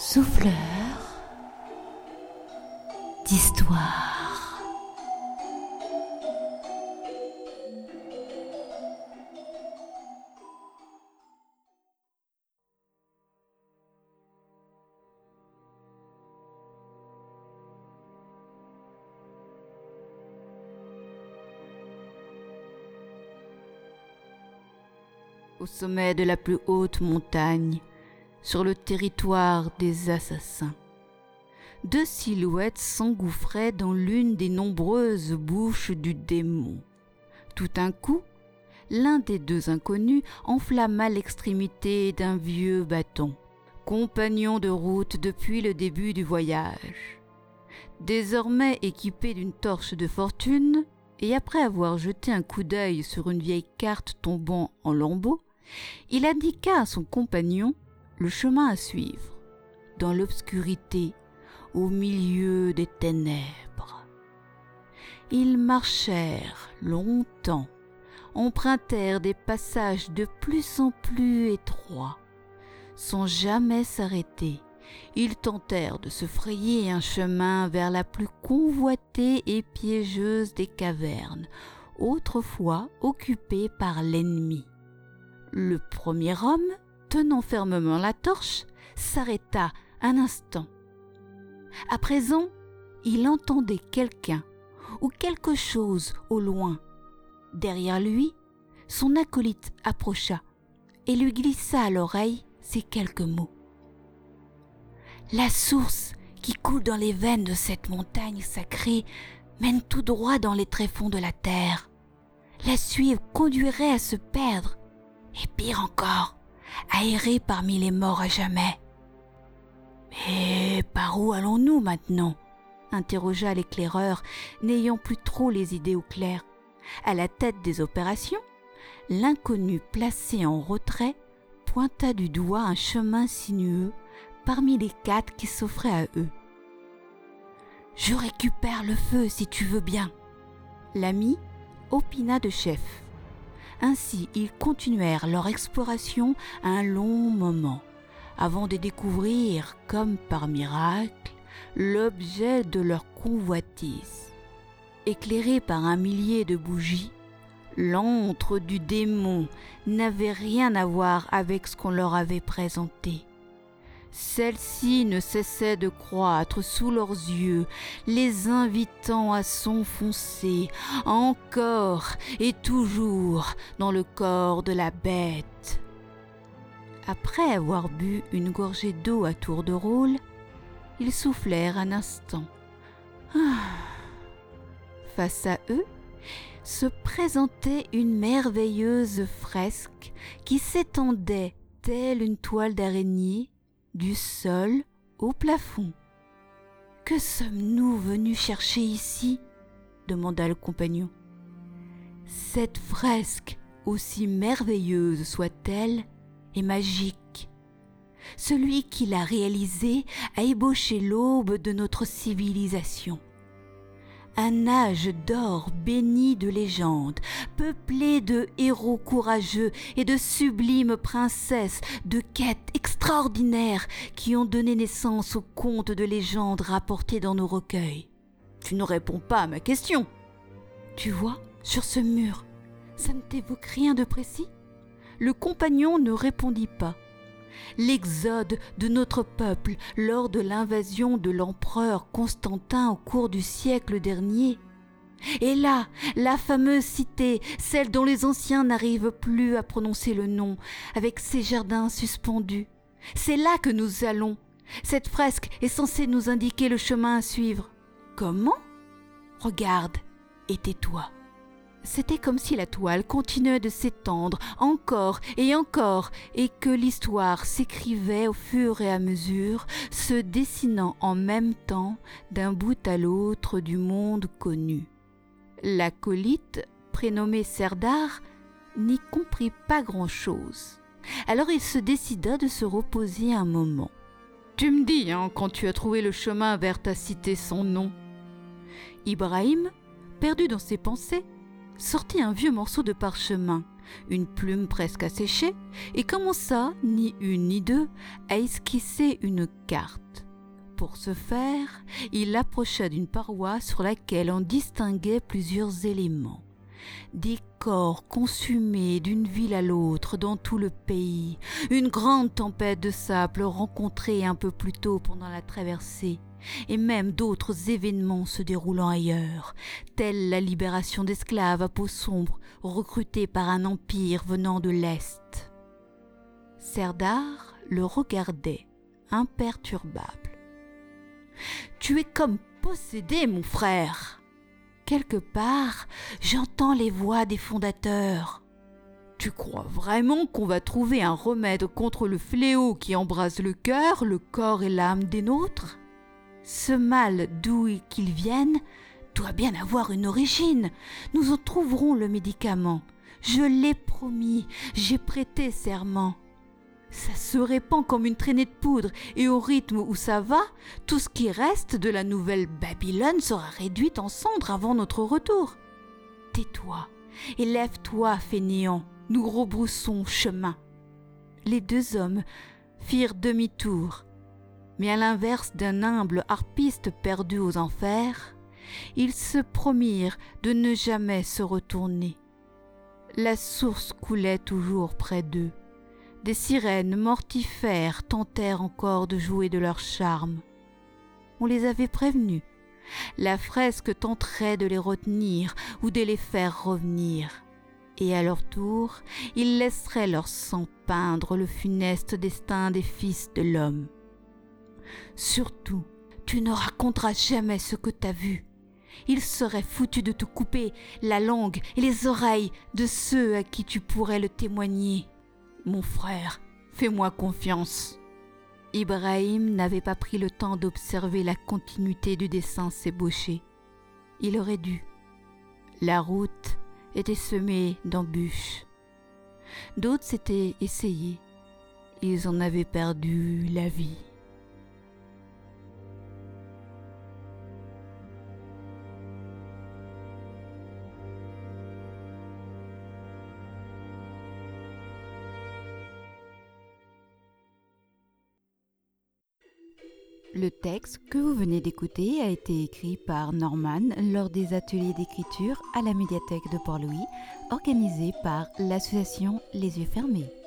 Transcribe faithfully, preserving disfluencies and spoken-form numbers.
Souffleur d'histoire. Au sommet de la plus haute montagne, sur le territoire des assassins, deux silhouettes s'engouffraient dans l'une des nombreuses bouches du démon. Tout d'un coup, l'un des deux inconnus enflamma l'extrémité d'un vieux bâton, compagnon de route depuis le début du voyage. Désormais équipé d'une torche de fortune, et après avoir jeté un coup d'œil sur une vieille carte tombant en lambeaux, il indiqua à son compagnon le chemin à suivre, dans l'obscurité, au milieu des ténèbres. Ils marchèrent longtemps, empruntèrent des passages de plus en plus étroits. Sans jamais s'arrêter, ils tentèrent de se frayer un chemin vers la plus convoitée et piégeuse des cavernes, autrefois occupée par l'ennemi. Le premier homme, tenant fermement la torche, s'arrêta un instant. À présent, il entendait quelqu'un ou quelque chose au loin. Derrière lui, son acolyte approcha et lui glissa à l'oreille ces quelques mots. La source qui coule dans les veines de cette montagne sacrée mène tout droit dans les tréfonds de la terre. La suivre conduirait à se perdre, et pire encore, à errer parmi les morts à jamais. « Mais par où allons-nous maintenant ?» interrogea l'éclaireur, n'ayant plus trop les idées au clair. À la tête des opérations, l'inconnu placé en retrait pointa du doigt un chemin sinueux parmi les quatre qui s'offraient à eux. « Je récupère le feu si tu veux bien. » L'ami opina de chef. Ainsi, ils continuèrent leur exploration un long moment, avant de découvrir, comme par miracle, l'objet de leur convoitise. Éclairé par un millier de bougies, l'antre du démon n'avait rien à voir avec ce qu'on leur avait présenté. Celle-ci ne cessait de croître sous leurs yeux, les invitant à s'enfoncer encore et toujours dans le corps de la bête. Après avoir bu une gorgée d'eau à tour de rôle, ils soufflèrent un instant. Ah. Face à eux se présentait une merveilleuse fresque qui s'étendait telle une toile d'araignée du sol au plafond. « Que sommes-nous venus chercher ici ?» demanda le compagnon. « Cette fresque, aussi merveilleuse soit-elle, est magique. Celui qui l'a réalisée a ébauché l'aube de notre civilisation. Un âge d'or béni de légendes, peuplé de héros courageux et de sublimes princesses, de quêtes extraordinaires qui ont donné naissance aux contes de légendes rapportés dans nos recueils. Tu ne réponds pas à ma question. Tu vois, sur ce mur, ça ne t'évoque rien de précis ? Le compagnon ne répondit pas. L'exode de notre peuple lors de l'invasion de l'empereur Constantin au cours du siècle dernier. Et là, la fameuse cité, celle dont les anciens n'arrivent plus à prononcer le nom, avec ses jardins suspendus. C'est là que nous allons. Cette fresque est censée nous indiquer le chemin à suivre. Comment ? Regarde et tais-toi. C'était comme si la toile continuait de s'étendre encore et encore et que l'histoire s'écrivait au fur et à mesure, se dessinant en même temps d'un bout à l'autre du monde connu. L'acolyte, prénommé Serdar, n'y comprit pas grand-chose. Alors il se décida de se reposer un moment. « Tu me dis, hein, quand tu as trouvé le chemin vers ta cité sans nom. » Ibrahim, perdu dans ses pensées, sortit un vieux morceau de parchemin, une plume presque asséchée, et commença, ni une ni deux, à esquisser une carte. Pour ce faire, il approcha d'une paroi sur laquelle on distinguait plusieurs éléments. Des corps consumés d'une ville à l'autre dans tout le pays, une grande tempête de sable rencontrée un peu plus tôt pendant la traversée, et même d'autres événements se déroulant ailleurs, telle la libération d'esclaves à peau sombre recrutés par un empire venant de l'Est. Serdar le regardait, imperturbable. « Tu es comme possédé, mon frère. Quelque part, j'entends les voix des fondateurs. Tu crois vraiment qu'on va trouver un remède contre le fléau qui embrase le cœur, le corps et l'âme des nôtres ? Ce mal, d'où qu'il vienne, doit bien avoir une origine. Nous en trouverons le médicament. Je l'ai promis, j'ai prêté serment. Ça se répand comme une traînée de poudre, et au rythme où ça va, tout ce qui reste de la nouvelle Babylone sera réduit en cendres avant notre retour. Tais-toi et lève-toi, fainéant, nous rebroussons chemin. » Les deux hommes firent demi-tour, mais à l'inverse d'un humble harpiste perdu aux enfers, ils se promirent de ne jamais se retourner. La source coulait toujours près d'eux. Des sirènes mortifères tentèrent encore de jouer de leur charme. On les avait prévenus. La fresque tenterait de les retenir ou de les faire revenir. Et à leur tour, ils laisseraient leur sang peindre le funeste destin des fils de l'homme. Surtout, tu ne raconteras jamais ce que t'as vu. Il serait foutu de te couper la langue et les oreilles de ceux à qui tu pourrais le témoigner. Mon frère, fais-moi confiance. » Ibrahim n'avait pas pris le temps d'observer la continuité du dessin s'ébaucher. Il aurait dû. La route était semée d'embûches. D'autres s'étaient essayés. Ils en avaient perdu la vie. Le texte que vous venez d'écouter a été écrit par Norman lors des ateliers d'écriture à la médiathèque de Port-Louis, organisés par l'association Les Yeux Fermés.